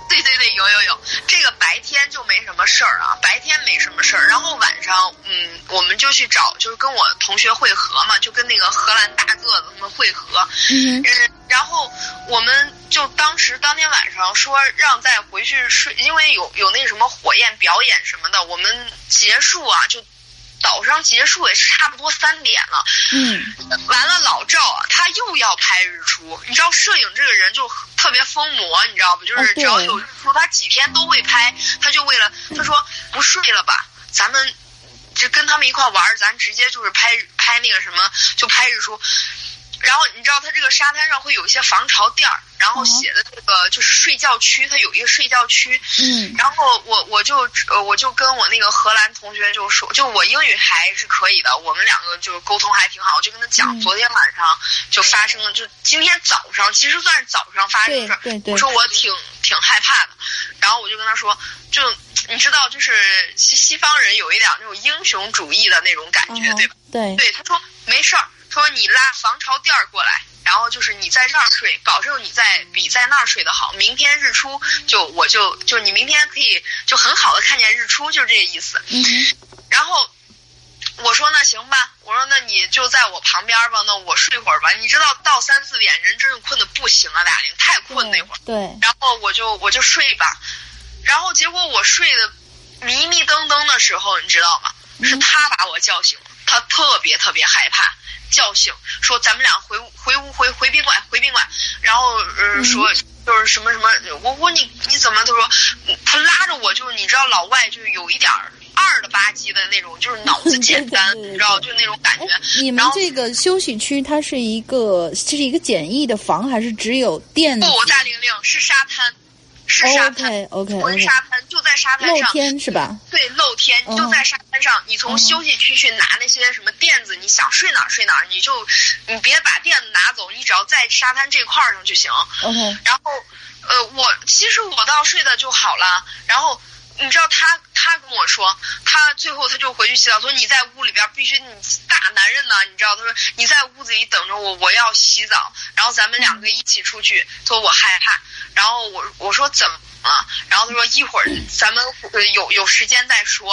对对对，有，这个白天就没什么事儿啊，白天没什么事儿，然后晚上，我们就去找，就是跟我同学会合嘛，就跟那个荷兰大个子他们会合，然后我们就当天晚上说让再回去睡，因为有那什么火焰表演什么的，我们结束啊，就岛上结束也是差不多3点了，完了老赵啊，他又要拍日出，你知道摄影这个人就特别疯魔，你知道不？就是只要有日出，他几天都会拍，他就为了他说不睡了吧，咱们就跟他们一块玩，咱直接就是拍那个什么，就拍日出。然后你知道他这个沙滩上会有一些防潮垫儿，然后写的这个就是睡觉区，他有一个睡觉区。然后我就跟我那个荷兰同学就说，就我英语还是可以的，我们两个就沟通还挺好，我就跟他讲昨天晚上就发生了，就今天早上其实算是早上发生的事儿。我说我挺害怕的，然后我就跟他说，就你知道，就是西方人有一点那种英雄主义的那种感觉，对吧？对，他说没事儿。说你拉防潮垫过来，然后就是你在这儿睡，保证你比在那儿睡得好。明天日出就你明天可以就很好的看见日出，就是这个意思。然后我说那行吧，我说那你就在我旁边吧，那我睡会儿吧。你知道到3、4点人真是困得不行啊，大玲太困那会儿。对。然后我就睡吧，然后结果我睡得迷迷瞪瞪的时候，你知道吗？是他把我叫醒了，他特别特别害怕。叫醒说咱们俩回宾馆，然后说就是什么，我你怎么？他说他拉着我，就是你知道老外就是有一点二了吧唧的那种，就是脑子简单，对，你知道就是那种感觉。 你们这个休息区它是一个简易的房，还是只有电？ 不，大玲玲是沙滩。是沙滩 ，OK， 沙滩就在沙滩上， 露天是吧？ 对，露天就在沙滩上。你从休息区去拿那些什么垫子，你想睡哪儿睡哪儿，你别把垫子拿走，你只要在沙滩这块上就行。 OK。 然后，其实我倒睡得就好了。然后你知道他跟我说，他最后他就回去洗澡，说你在屋里边必须你大男人呢，你知道？他说你在屋子里等着我，我要洗澡，然后咱们两个一起出去。说我害怕。然后我说怎么了？然后他说一会儿咱们有时间再说。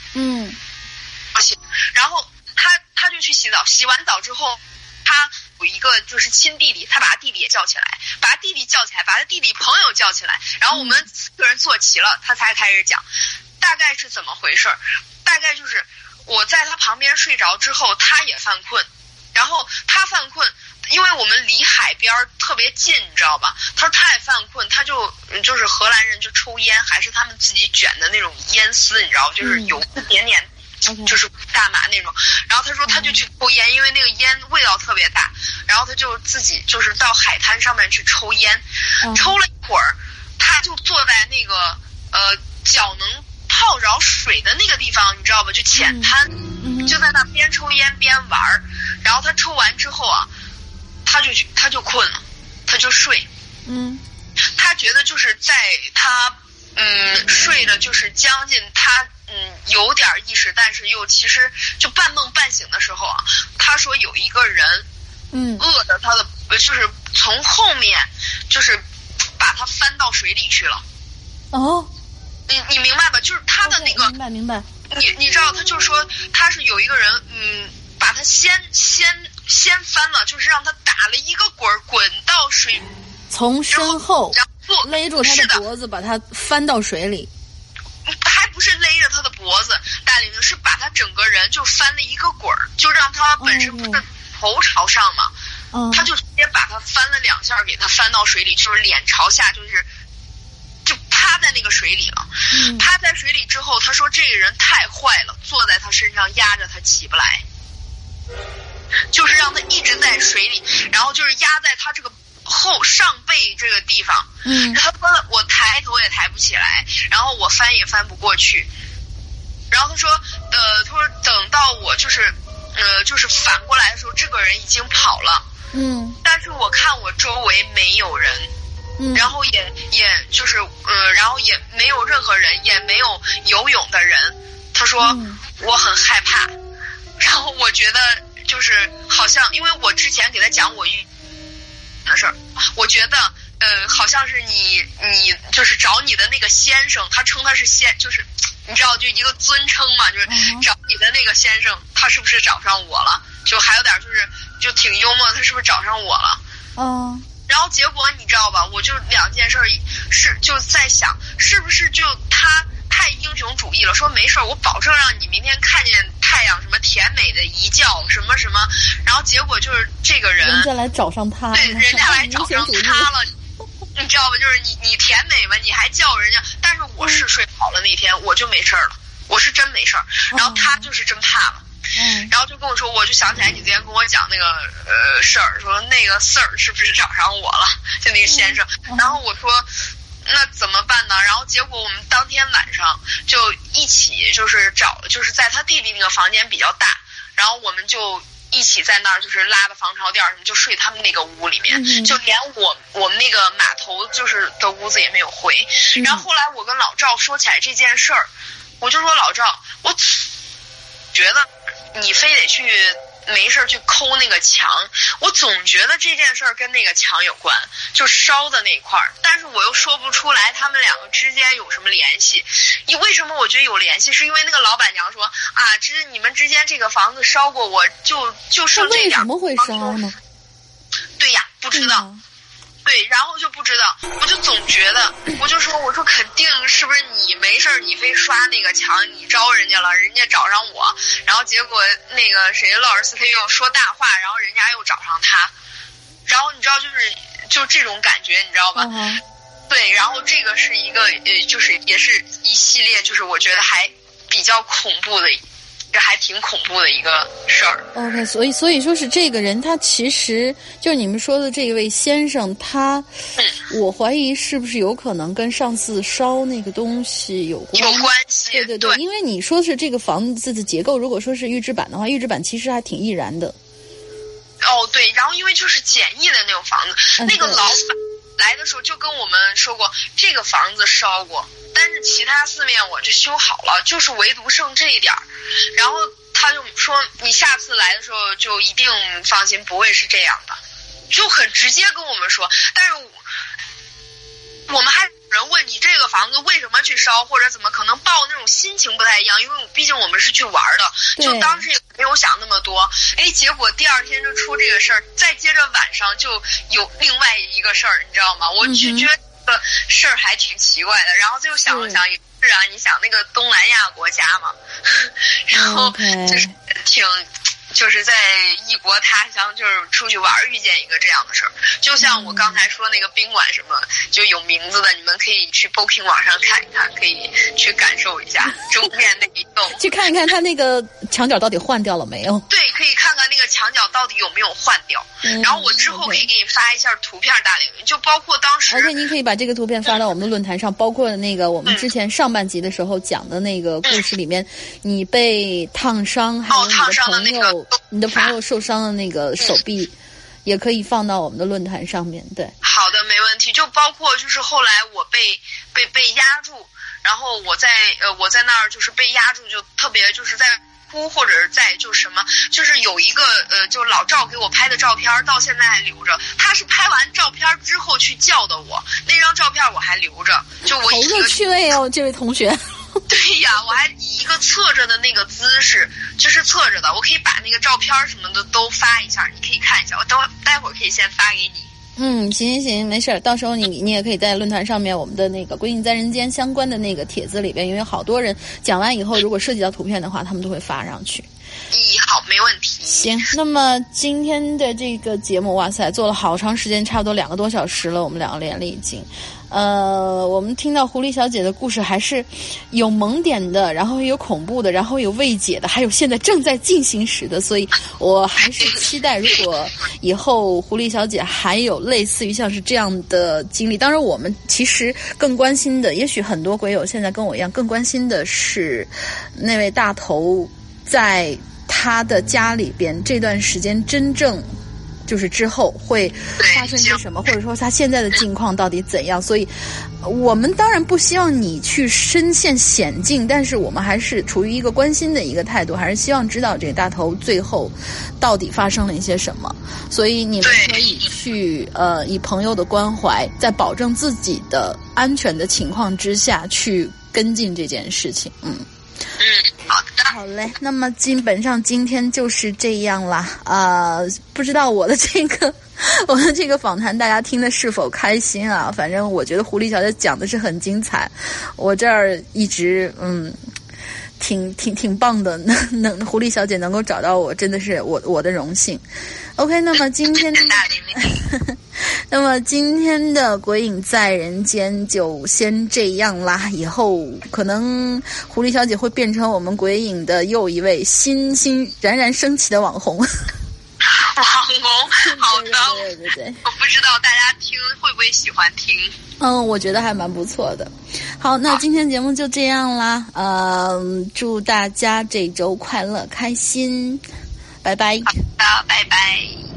然后他就去洗澡，洗完澡之后，他有一个就是亲弟弟，他把他弟弟也叫起来，把他弟弟把他弟弟朋友叫起来，然后我们4个人坐齐了，他才开始讲，大概是怎么回事？大概就是我在他旁边睡着之后，他也犯困，然后他犯困。因为我们离海边特别近，你知道吧？他说他也犯困，他就是荷兰人就抽烟，还是他们自己卷的那种烟丝，你知道，就是有一点点，就是大麻那种。然后他说他就去抽烟，因为那个烟味道特别大，然后他就自己就是到海滩上面去抽烟，抽了一会儿，他就坐在那个脚能泡着水的那个地方，你知道吧？就浅滩，就在那边抽烟边玩。然后他抽完之后啊。他就困了，他就睡。他觉得就是在他睡了就是将近他有点意识，但是又其实就半梦半醒的时候啊，他说有一个人饿的他的就是从后面就是把他翻到水里去了。你明白吧？就是他的那个明白。 你知道，他就说他是有一个人把他先翻了，就是让他打了一个滚到水， 从身后勒住他的脖子，把他翻到水里。 还不是勒着他的脖子，大玲玲是把他整个人就翻了一个滚，就让他本身不是头朝上嘛，他就直接把他翻了2下，给他翻到水里，就是脸朝下，就趴在那个水里了。趴在水里之后，他说这个人太坏了，坐在他身上压着他起不来。就是让他一直在水里，然后就是压在他这个上背这个地方，他说我抬头也抬不起来，然后我翻也翻不过去，然后他说等到我就是反过来的时候，这个人已经跑了，但是我看我周围没有人，然后也就是然后也没有任何人，也没有游泳的人，他说我很害怕，然后我觉得。就是好像，因为我之前给他讲我的事儿，我觉得好像是你就是找你的那个先生，他称他是就是你知道就一个尊称嘛，就是找你的那个先生，他是不是找上我了？就还有点就挺幽默，他是不是找上我了？然后结果你知道吧，我就两件事就在想，是不是就他太英雄主义了，说没事我保证让你明天看见太阳，什么甜美的一觉什么什么，然后结果就是这个人家来找上他， 对，人家来找上他了，你知道吧？就是你甜美嘛，你还叫人家，但是我是睡好了那天，我就没事了，我是真没事，然后他就是真怕了。然后就跟我说，我就想起来你之前跟我讲那个事儿，说那个Sir是不是找上我了？就那个先生。然后我说那怎么办呢？然后结果我们当天晚上就一起就是在他弟弟那个房间比较大，然后我们就一起在那儿就是拉的防潮垫什么，就睡他们那个屋里面，就连我们那个码头就是的屋子也没有回。然后后来我跟老赵说起来这件事儿，我就说老赵，我觉得你非得去没事去抠那个墙，我总觉得这件事儿跟那个墙有关，就烧的那块儿，但是我又说不出来他们两个之间有什么联系。为什么我觉得有联系？是因为那个老板娘说啊，这是你们之间这个房子烧过，我就剩这点。 为什么会烧呢？ 对呀，不知道。对，然后就不知道，我就总觉得，我说肯定是不是你没事你非刷那个墙，你招人家了，人家找上我，然后结果那个谁勒尔斯他又说大话，然后人家又找上他，然后你知道就这种感觉，你知道吧？对，然后这个是一个就是也是一系列，就是我觉得还比较恐怖的。这还挺恐怖的一个事儿。 OK， 所以说是这个人，他其实就是你们说的这位先生，他，我怀疑是不是有可能跟上次烧那个东西有关系？对，因为你说是这个房子的结构，如果说是预制板的话，预制板其实还挺易燃的。 对，然后因为就是简易的那种房子，那个老板来的时候就跟我们说过，这个房子烧过，但是其他4面我就修好了，就是唯独剩这一点儿。然后他就说你下次来的时候就一定放心，不会是这样的，就很直接跟我们说。但是我们还有人问你这个房子为什么去烧，或者怎么，可能抱那种心情不太一样，因为毕竟我们是去玩的，就当时也没有想那么多。结果第二天就出这个事儿，再接着晚上就有另外一个事儿，你知道吗？我就觉得这个事儿还挺奇怪的，然后就想了想，是啊，你想那个东南亚国家嘛，然后就是在异国他乡，就是出去玩遇见一个这样的事儿。就像我刚才说那个宾馆什么就有名字的，你们可以去 Booking 网上看一看，可以去感受一下中间那一栋， 去看一看它那个墙角到底换掉了没有。 对，可以看看那个墙角到底有没有换掉。然后我之后可以给你发一下图片，大领就包括当时， 而且您可以把这个图片发到我们的论坛上，包括那个我们之前上半集的时候讲的那个故事里面，你被烫伤，还有你的朋友受伤的那个手臂，也可以放到我们的论坛上面。对，好的，没问题。就包括就是后来我被压住，然后我在那儿就是被压住，就特别就是在哭，或者是在就什么，就是有一个就老赵给我拍的照片，到现在还留着。他是拍完照片之后去叫的我，那张照片我还留着。就我好有趣味哦，这位同学。对呀，我还以一个侧着的那个姿势，就是侧着的，我可以把那个照片什么的都发一下，你可以看一下。我待会儿可以先发给你。行，没事，到时候你也可以在论坛上面我们的那个《鬼影在人间》相关的那个帖子里边，因为好多人讲完以后，如果涉及到图片的话，他们都会发上去。好，没问题。行，那么今天的这个节目，哇塞，做了好长时间，差不多2个多小时了，我们2个连了已经。我们听到狐狸小姐的故事还是有萌点的，然后有恐怖的，然后有未解的，还有现在正在进行时的，所以我还是期待如果以后狐狸小姐还有类似于像是这样的经历。当然我们其实更关心的，也许很多鬼友现在跟我一样更关心的是那位大头在他的家里边这段时间真正就是之后会发生些什么，或者说他现在的境况到底怎样。所以我们当然不希望你去身陷险境，但是我们还是处于一个关心的一个态度，还是希望知道这个大头最后到底发生了一些什么。所以你们可以去以朋友的关怀，在保证自己的安全的情况之下去跟进这件事情。 好的， 好嘞。那么基本上今天就是这样啦。不知道我的这个访谈大家听的是否开心啊？反正我觉得狐狸小姐讲的是很精彩，我这儿一直挺棒的，能狐狸小姐能够找到我，真的是我的荣幸。OK， 那么今天那么今天的鬼影在人间就先这样啦，以后可能狐狸小姐会变成我们鬼影的又一位新冉冉升起的网红。 网红，好的， 对， 我不知道大家听会不会喜欢听。 我觉得还蛮不错的。好，那今天节目就这样啦。祝大家这周快乐开心，拜拜。 好的，拜拜。